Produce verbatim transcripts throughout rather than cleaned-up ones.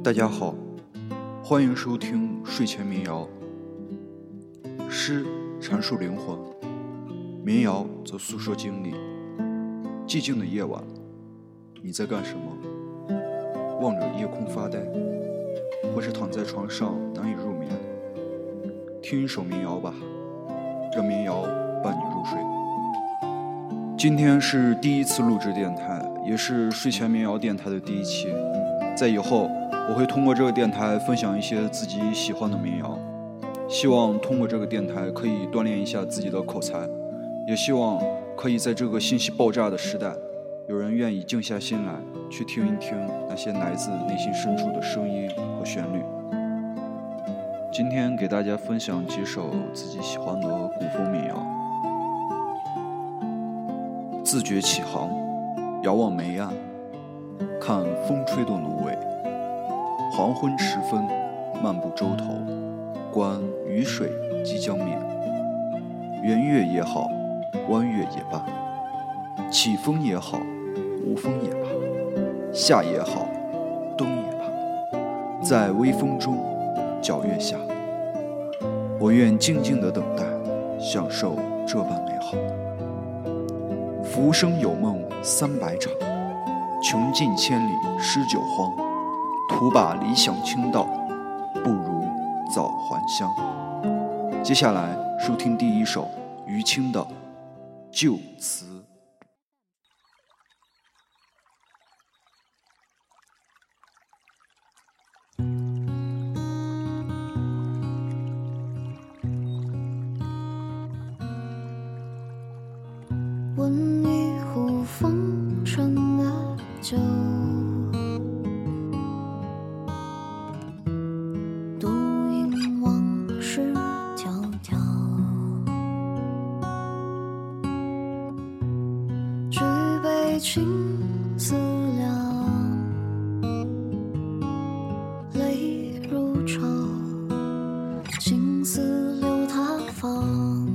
大家好，欢迎收听睡前民谣。诗阐述灵魂，民谣则诉说经历。寂静的夜晚，你在干什么？望着夜空发呆，或是躺在床上难以入眠？听一首民谣吧，让民谣伴你入睡。今天是第一次录制电台，也是睡前民谣电台的第一期。在以后我会通过这个电台分享一些自己喜欢的民谣，希望通过这个电台可以锻炼一下自己的口才，也希望可以在这个信息爆炸的时代，有人愿意静下心来去听一听那些来自内心深处的声音和旋律。今天给大家分享几首自己喜欢的古风民谣。自觉起航，遥望梅岸，看风吹动芦苇。黄昏时分，漫步洲头，观雨水即将灭。圆月也好，弯月也罢，起风也好，无风也罢，夏也好，冬也罢，在微风中，皎月下，我愿静静地等待，享受这般美好。浮生有梦三百场，穷尽千里诗酒荒。途把理想倾倒，不如早还乡。接下来收听第一首余清的《旧词》。 闻一壶风尘的酒，独饮往事迢迢。举杯倾思量，泪如潮，青丝留他方。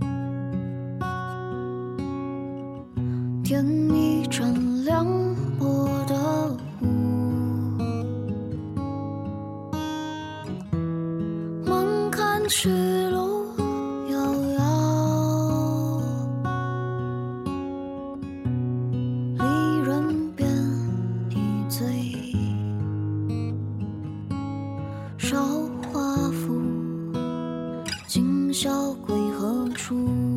点一盏凉薄的雾，慢看去路遥遥，离人便已醉，韶华赋，今宵归何处？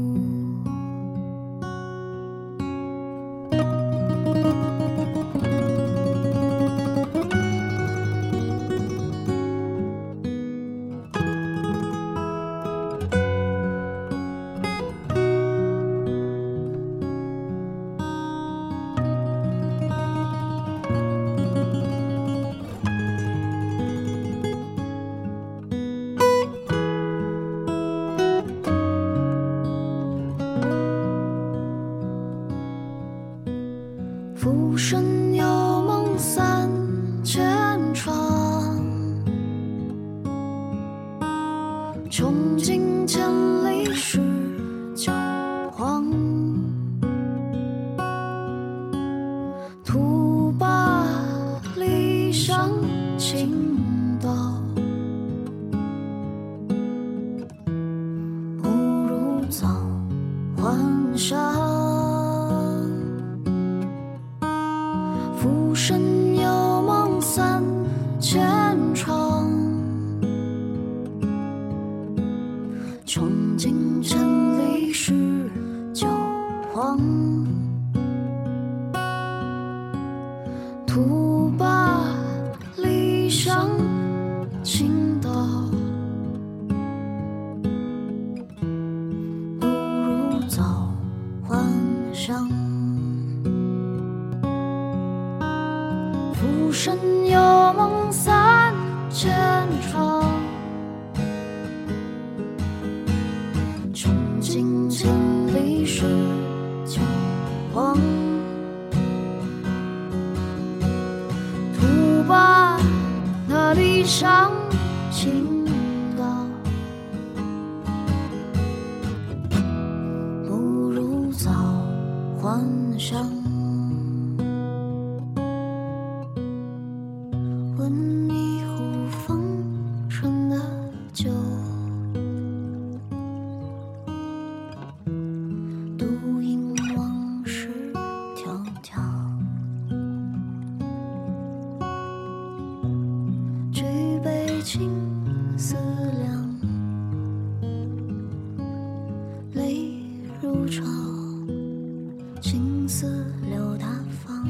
浮生有梦三千场，穷尽千里诗酒荒。途把理想倾倒，不如早还乡。浮生有梦三千场，穷尽千里诗酒荒。途把理想倾倒，不如早还乡。浮生有梦三千场，穷尽千里诗酒荒。途把那理想倾倒，不如早还乡。问你情思量，泪如潮，情丝流大方。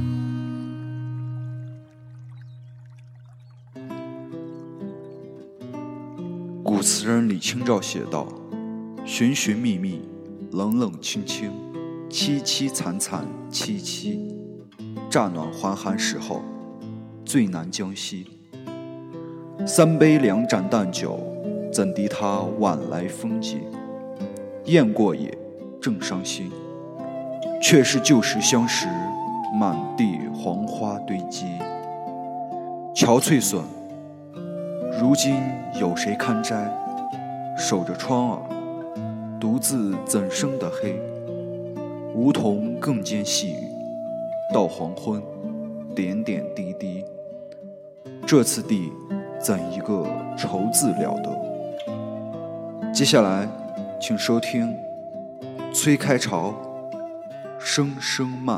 古词人李清照写道：寻寻觅觅，冷冷清清，凄凄惨惨戚戚，乍暖还寒时候，最难将息。三杯两盏淡酒，怎敌他晚来风急？雁过也，正伤心，却是旧时相识，满地黄花堆积。憔悴损，如今有谁堪摘？守着窗儿，独自怎生得黑？梧桐更兼细雨，到黄昏，点点滴滴。这次第，怎一个愁字了得！接下来，请收听崔开朝《声声慢》。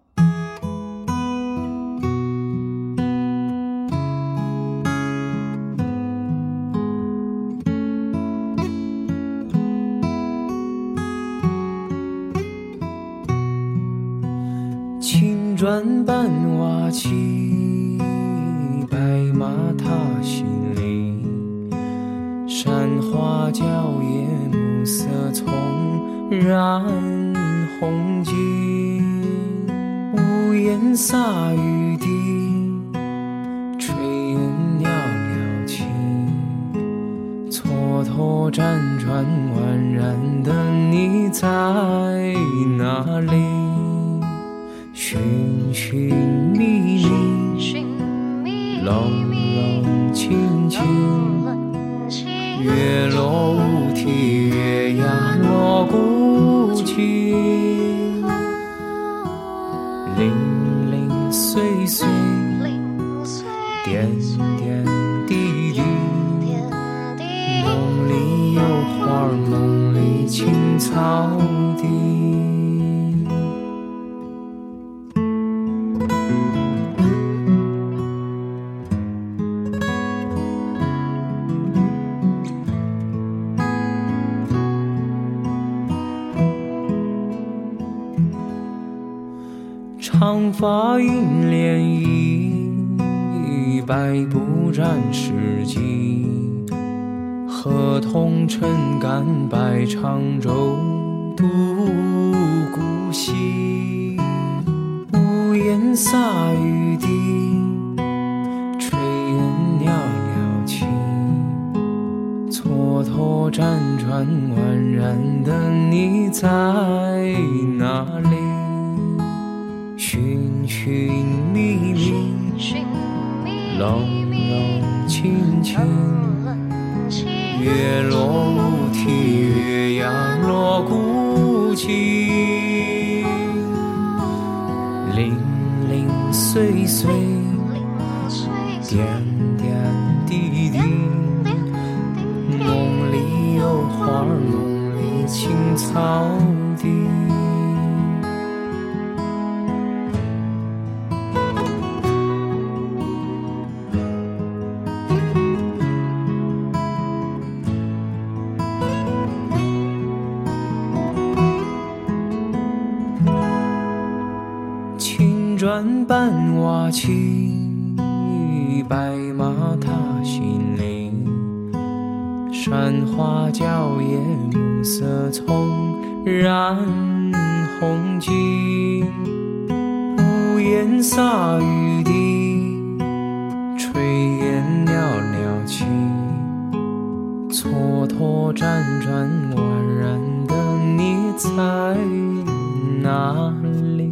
青砖伴瓦漆，白马踏新泥。山花娇艳，暮色葱染红巾。屋檐洒雨滴，炊烟袅袅起。蹉跎辗转宛然的你在哪里？寻寻觅觅，冷冷清清，月落乌啼，月牙落孤寂。零零碎碎，点点滴滴，梦里有花，梦里青草地。长发映涟漪，百步沾湿迹。河童撑杆摆长舟，渡孤溪。屋檐洒雨滴，炊烟袅袅起。蹉跎辗转宛然的你在哪里？寻寻觅觅，冷冷清清，月落乌啼，月牙落孤寂。零零碎碎，点点滴滴，梦里有花，梦里青草地。砖伴瓦漆，白马踏新泥。山花娇艳，暮色葱染红巾。屋檐洒雨滴，炊烟袅袅起。蹉跎辗转宛然的你在哪里？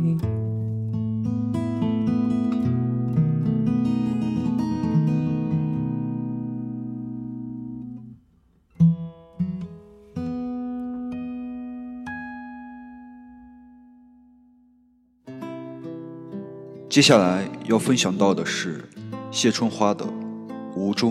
接下来要分享到的是谢春花的《吴中》。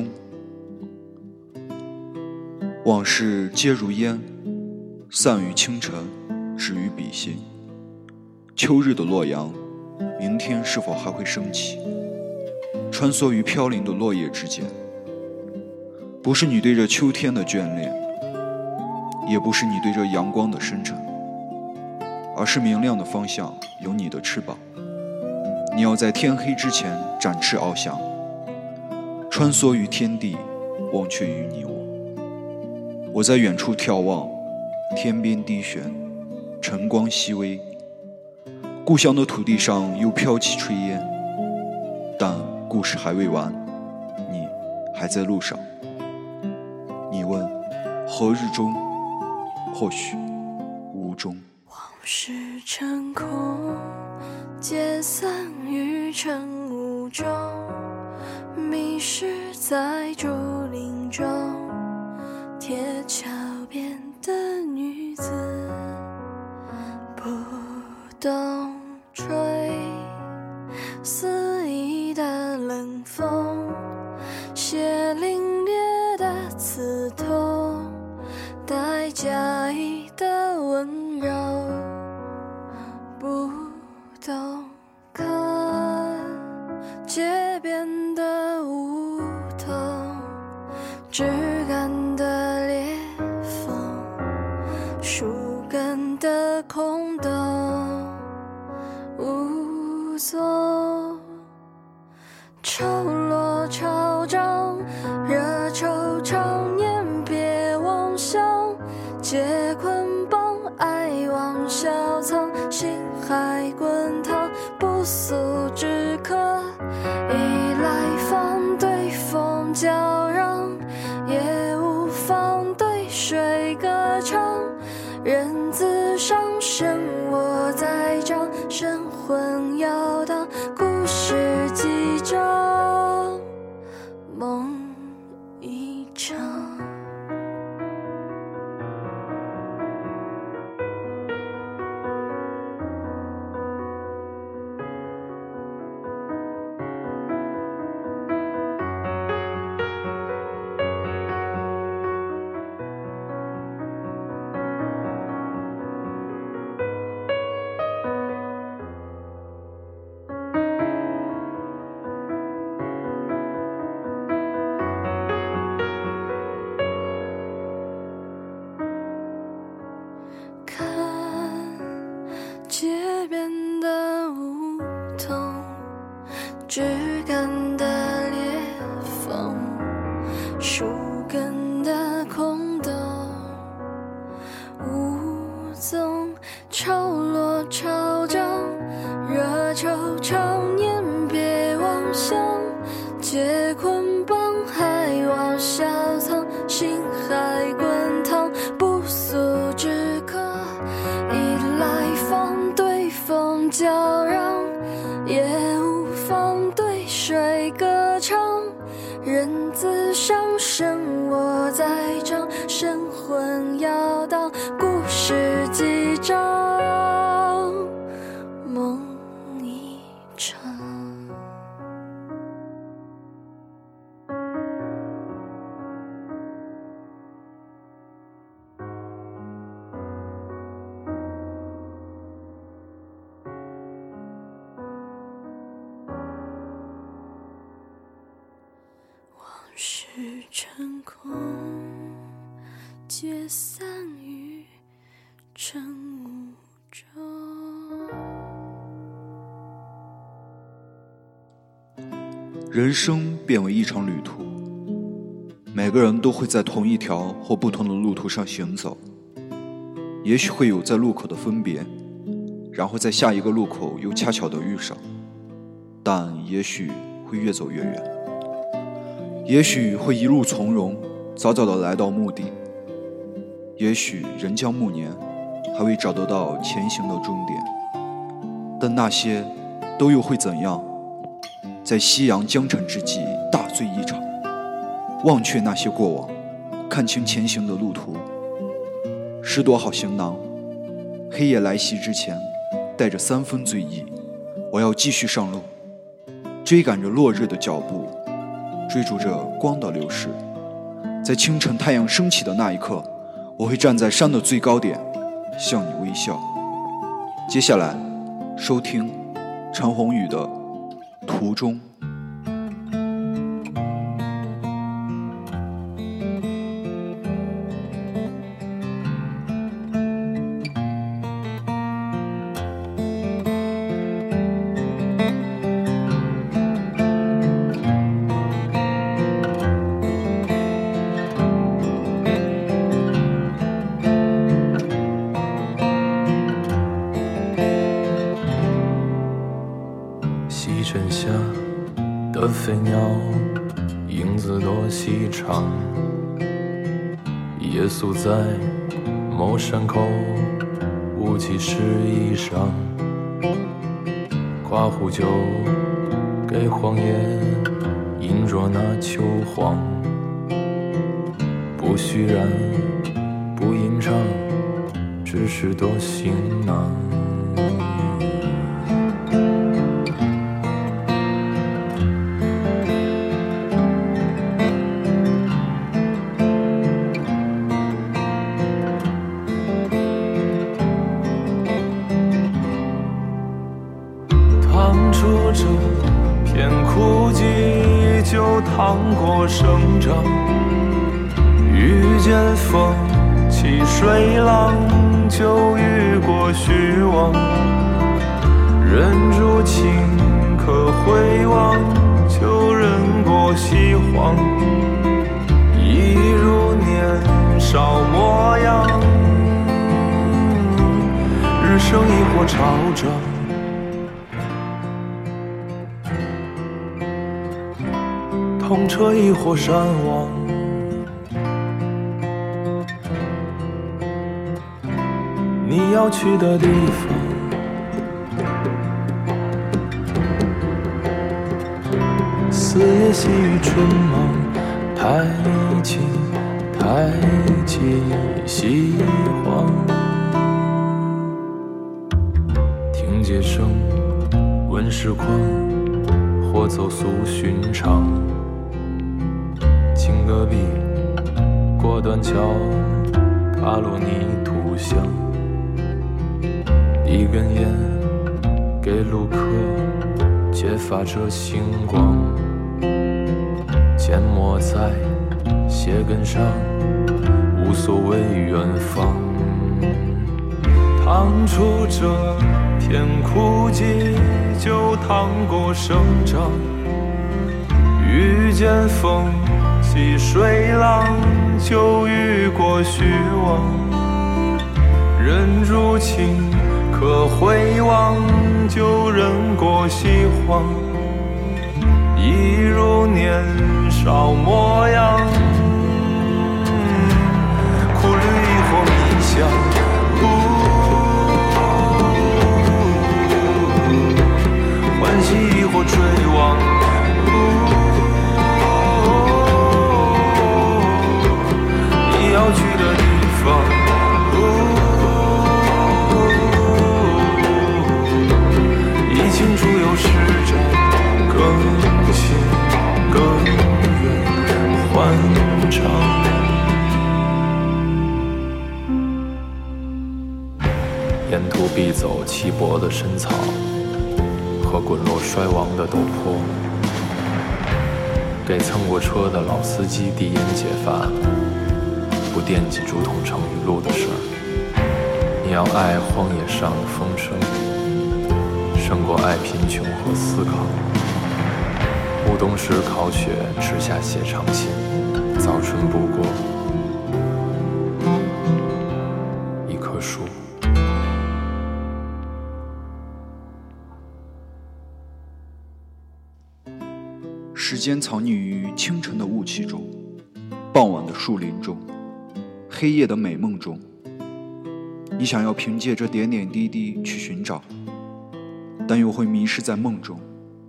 往事皆如烟，散于清晨，止于笔心。秋日的洛阳，明天是否还会升起？穿梭于飘零的落叶之间， 不是你对着秋天的眷恋，也不是你对着阳光的深沉，而是明亮的方向有你的翅膀。你要在天黑之前展翅翱翔，穿梭于天地，忘却于你我。我在远处眺望，天边低悬，晨光熹微，故乡的土地上又飘起炊烟，但故事还未完，你还在路上。你问何日终？或许无终。 往事成空，皆散于晨雾中，迷失在竹林中，铁桥边的女子，不懂吹肆意的冷风，血淋冽的刺痛，带假意的温柔，不懂看街边的梧桐，枝干的裂缝，树根的空洞，无踪。潮落潮涨，热稠长年别妄想，皆捆绑爱往小藏，心海滚烫，不速之客，依来反对风叫嚷，也无妨对水歌唱，人自伤身我在掌，神魂摇荡，故事几章，梦一场。街边的梧桐，枝干的裂缝，树根的空洞，无踪。潮落潮涨，热稠长年别妄想，皆捆绑还望小藏，心海滚烫，不速之客，依来反对风叫嚷，也无妨对水歌唱，人自伤身我在掌，神魂摇荡，故事几章，梦一场。往事成空，皆散于晨雾中。 人生变为一场旅途，每个人都会在同一条或不同的路途上行走，也许会有在路口的分别，然后在下一个路口又恰巧的遇上，但也许会越走越远，也许会一路从容，早早的来到目的，也许人将暮年，还未找得到前行的终点，但那些都又会怎样？在夕阳将沉之际大醉一场，忘却那些过往，看清前行的路途。拾掇好行囊，黑夜来袭之前，带着三分醉意，我要继续上路，追赶着落日的脚步，追逐着光的流逝。在清晨太阳升起的那一刻，我会站在山的最高点，向你微笑。接下来收听陈鸿宇的途中。 下的飞鸟，影子多细长。夜宿在某山口，雾气湿衣裳，刮胡酒给荒野，饮着那秋黄。不虚然，不吟唱，只是多行囊。趟出这片枯寂，就趟过生长。遇见风起水浪，就遇过虚妄。忍住情可回望，就忍过西荒。一如年少模样，日升亦或潮涨。痛彻亦或山亡。你要去的地方，四野细雨春忙，太急太急西荒。听街声问时况，或走俗寻常。经戈壁过断桥，踏落泥土香。一根烟给路客，揭发着星光，缄默在鞋跟上，无所谓远方。趟出这片枯寂，就趟过生长。遇见风起水浪，就遇过虚妄。忍住情可回望，就忍过西荒。一如年少模样，苦虑亦或迷香，欢喜亦或追望。你要去的地方，清楚有时长，更近更远欢畅。沿途必走稀薄的深草和滚落衰亡的陡坡，给蹭过车的老司机递烟解乏，不惦记竹筒盛雨露的事儿。你要爱荒野上的风声，胜过爱贫穷和思考。暮冬时烤雪，吃下写长信，早春不过一棵树。 时间藏匿于清晨的雾气中，傍晚的树林中，黑夜的美梦中。你想要凭借这点点滴滴去寻找，但又会迷失在梦中。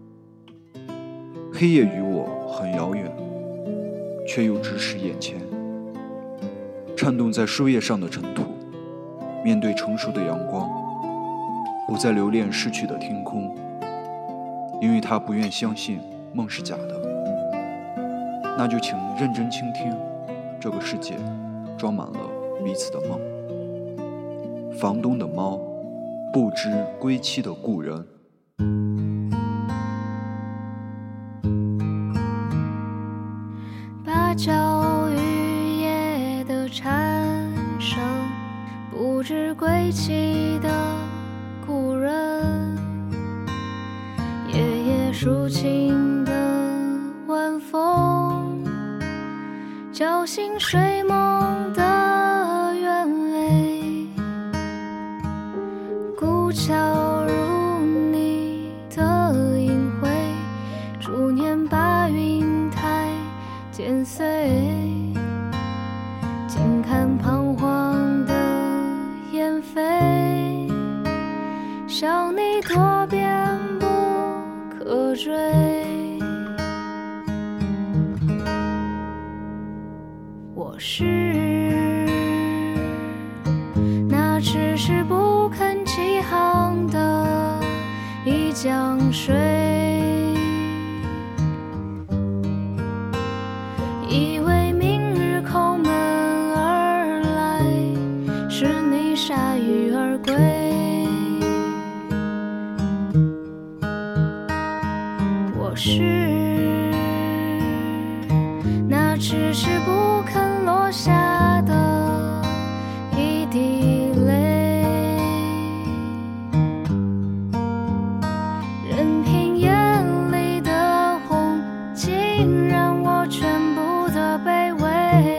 黑夜与我很遥远，却又咫尺眼前。颤动在树叶上的尘土，面对成熟的阳光，不再留恋逝去的天空，因为他不愿相信梦是假的。那就请认真倾听，这个世界装满了彼此的梦。房东的猫，不知归期的故人。 芭蕉雨夜的蝉声，不知归期的故人。夜夜抒情的晚风，叫醒睡梦的原味。古桥如你的隐晦， 我是那迟迟不肯起航的一江水，以为明日叩门而来，是你铩羽而归。我是那迟迟不肯落下的一滴泪，任凭眼里的红浸染我全部的卑微。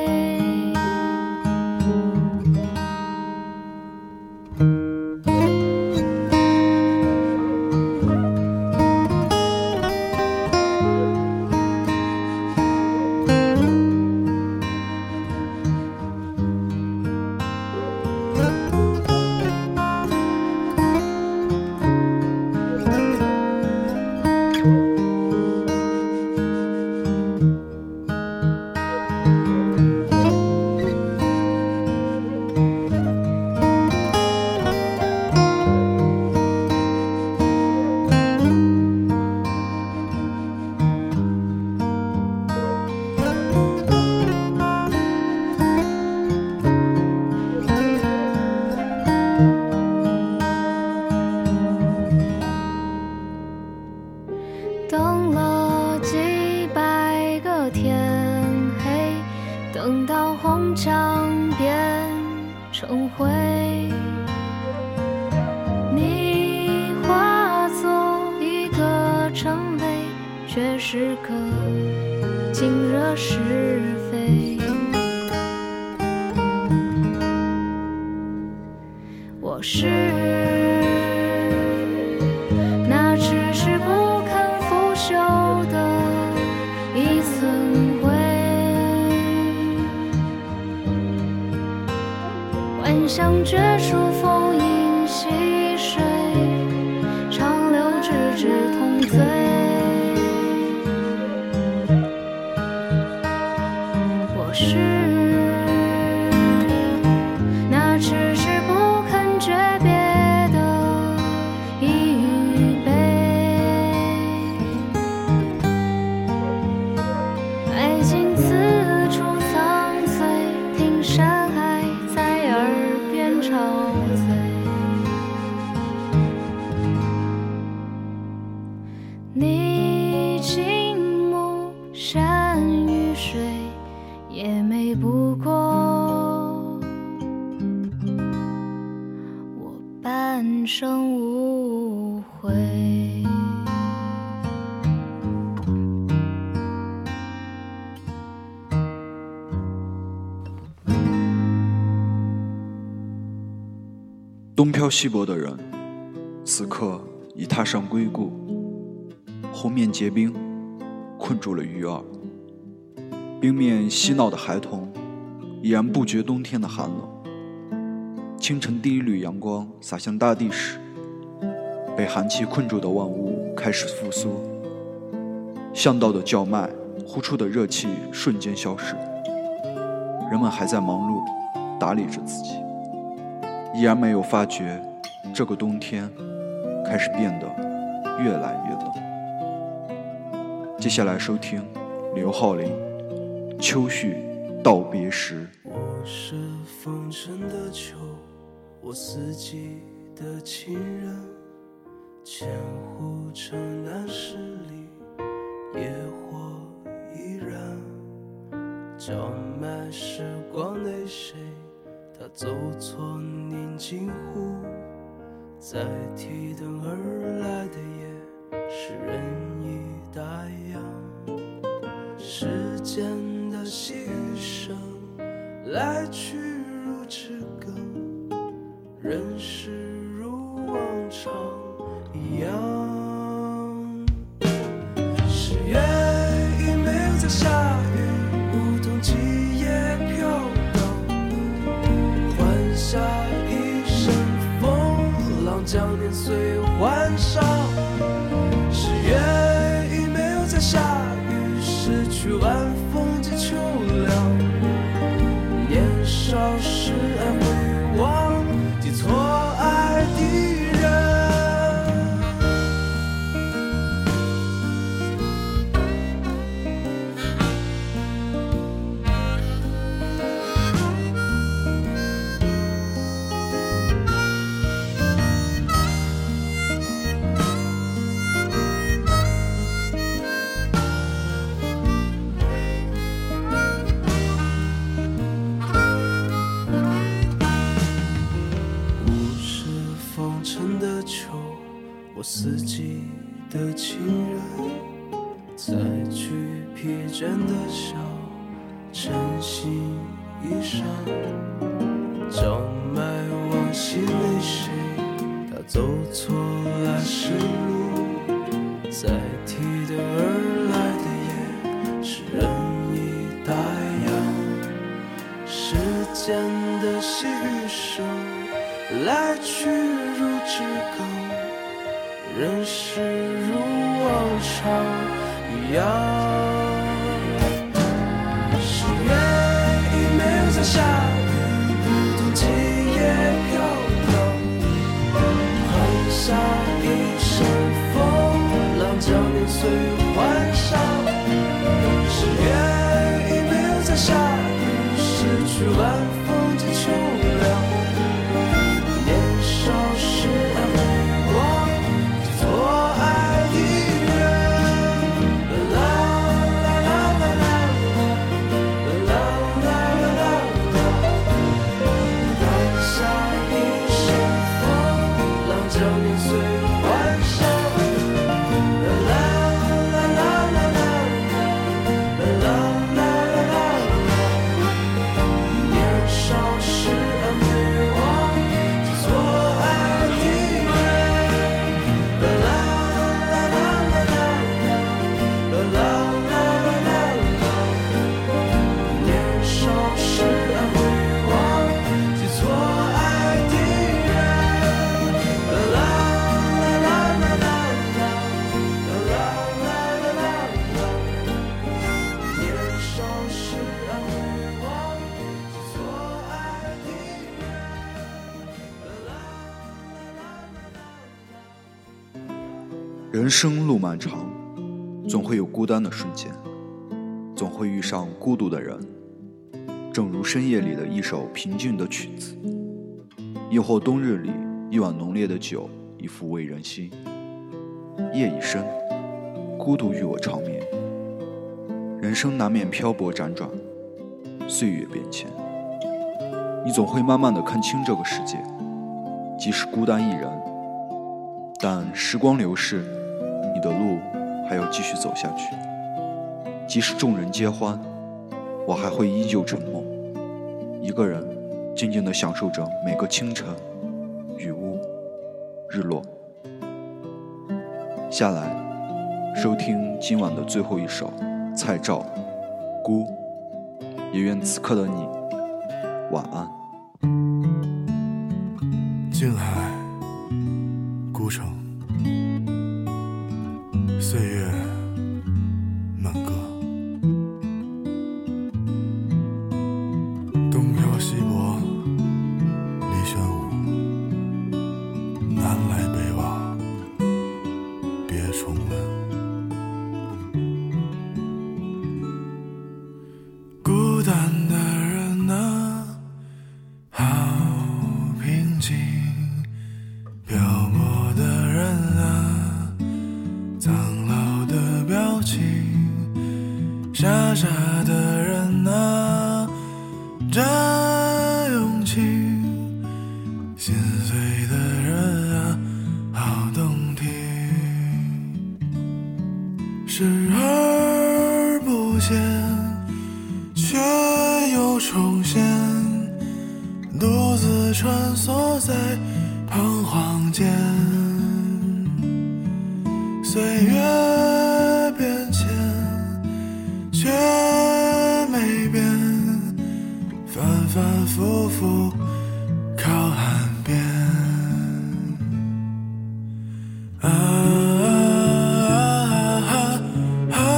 等了几百个天黑，等到红墙变成灰，你化作一个尘埃，却是个尽惹是非。我是那迟迟不肯腐朽的一层灰，幻想绝处逢迎溪水，长流直至痛醉。我是那迟迟不肯诀别的一语悲，爱情此处苍翠，听山海在耳边憔悴。你倾慕山与水，也美不过我半生无悔。 东漂西泊的人，此刻已踏上归故，后面结冰，困住了鱼儿。冰面嬉闹的孩童，已然不觉冬天的寒冷。清晨第一缕阳光洒向大地时，被寒气困住的万物开始复苏。巷道的叫卖，呼出的热气瞬间消失。人们还在忙碌打理着自己，依然没有发觉这个冬天开始变得越来越冷。接下来收听刘浩霖秋絮道别时。 我是风尘的秋，我四季的情人，千户城南十里，野火依然，叫卖时光内谁，他走错宁静湖，在提灯而来的夜，是人意大洋，时间的细雨声，来去如知更，人世如往常一样。十月已没有在下雨，梧桐几叶飘荡，换下一身风浪，将年岁换上。十月已没有在下雨，失去晚风及秋凉。年少时爱回望，记错爱的人。我四季的情人，采取疲倦的笑，晨曦衣裳，张脉往昔泪水，他走错来时路，再提的而来的夜，是人已大洋，时间的细雨声，来去如纸狗。人世如往常一样，十月已没有再下雨，如同季叶飘荡，换下一身风浪，将年岁换上。十月已没有再下雨，失去晚风及秋凉，年少时爱回望。 人生路漫长，总会有孤单的瞬间，总会遇上孤独的人。正如深夜里的一首平静的曲子，亦或冬日里一碗浓烈的酒，以抚慰人心。夜已深，孤独与我长眠。人生难免漂泊辗转，岁月变迁，你总会慢慢地看清这个世界。即使孤单一人，但时光流逝，你的路还要继续走下去。即使众人皆欢，我还会依旧沉默，一个人静静地享受着每个清晨、雨雾、日落。下来收听今晚的最后一首蔡照《孤》，也愿此刻的你晚安。 静海孤城，岁月满歌，东飘西泊离玄武，南来北往别重温。孤单的人啊，好平静，漂泊的人啊，苍老的表情，傻傻的人啊，真勇气，心碎的人啊，好动听，视而不见，却又重现，独自穿梭在彷徨间，岁月变迁，却没变，反反复复靠岸边。啊啊啊啊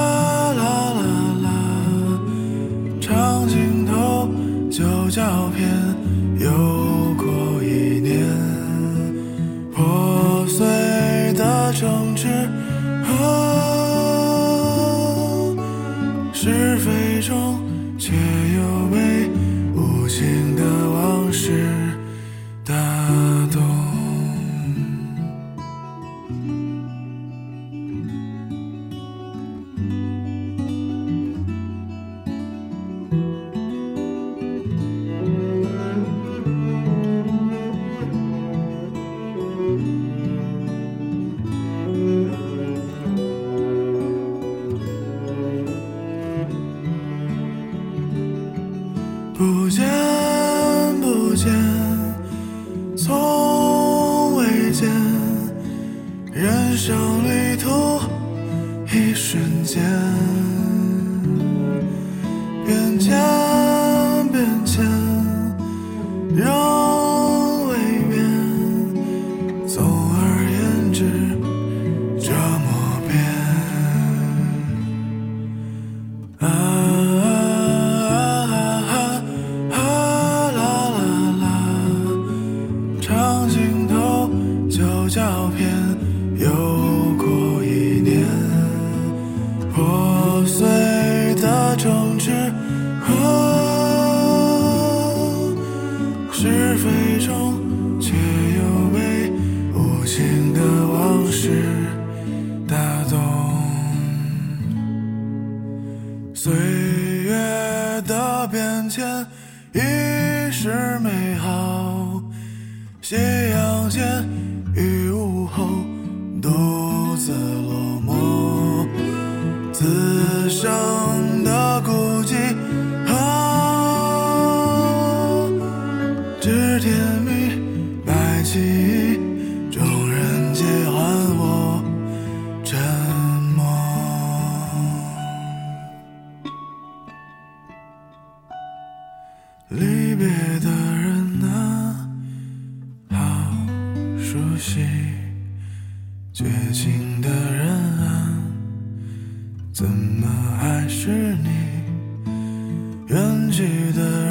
却又被无情的往事打动。不见不见，从未见，人生旅途一瞬间，变迁变迁，仍未变，总而言之这么变啊。照片又过一年，破碎的争执和是非中，却又被无情的往事打动。岁月的变迁已是美好，夕阳前于午后独自落寞，自生的孤寂啊，知天明白记忆，众人皆还我沉默。离别的人啊，好熟悉，绝情的人啊，怎么还是你？远去的人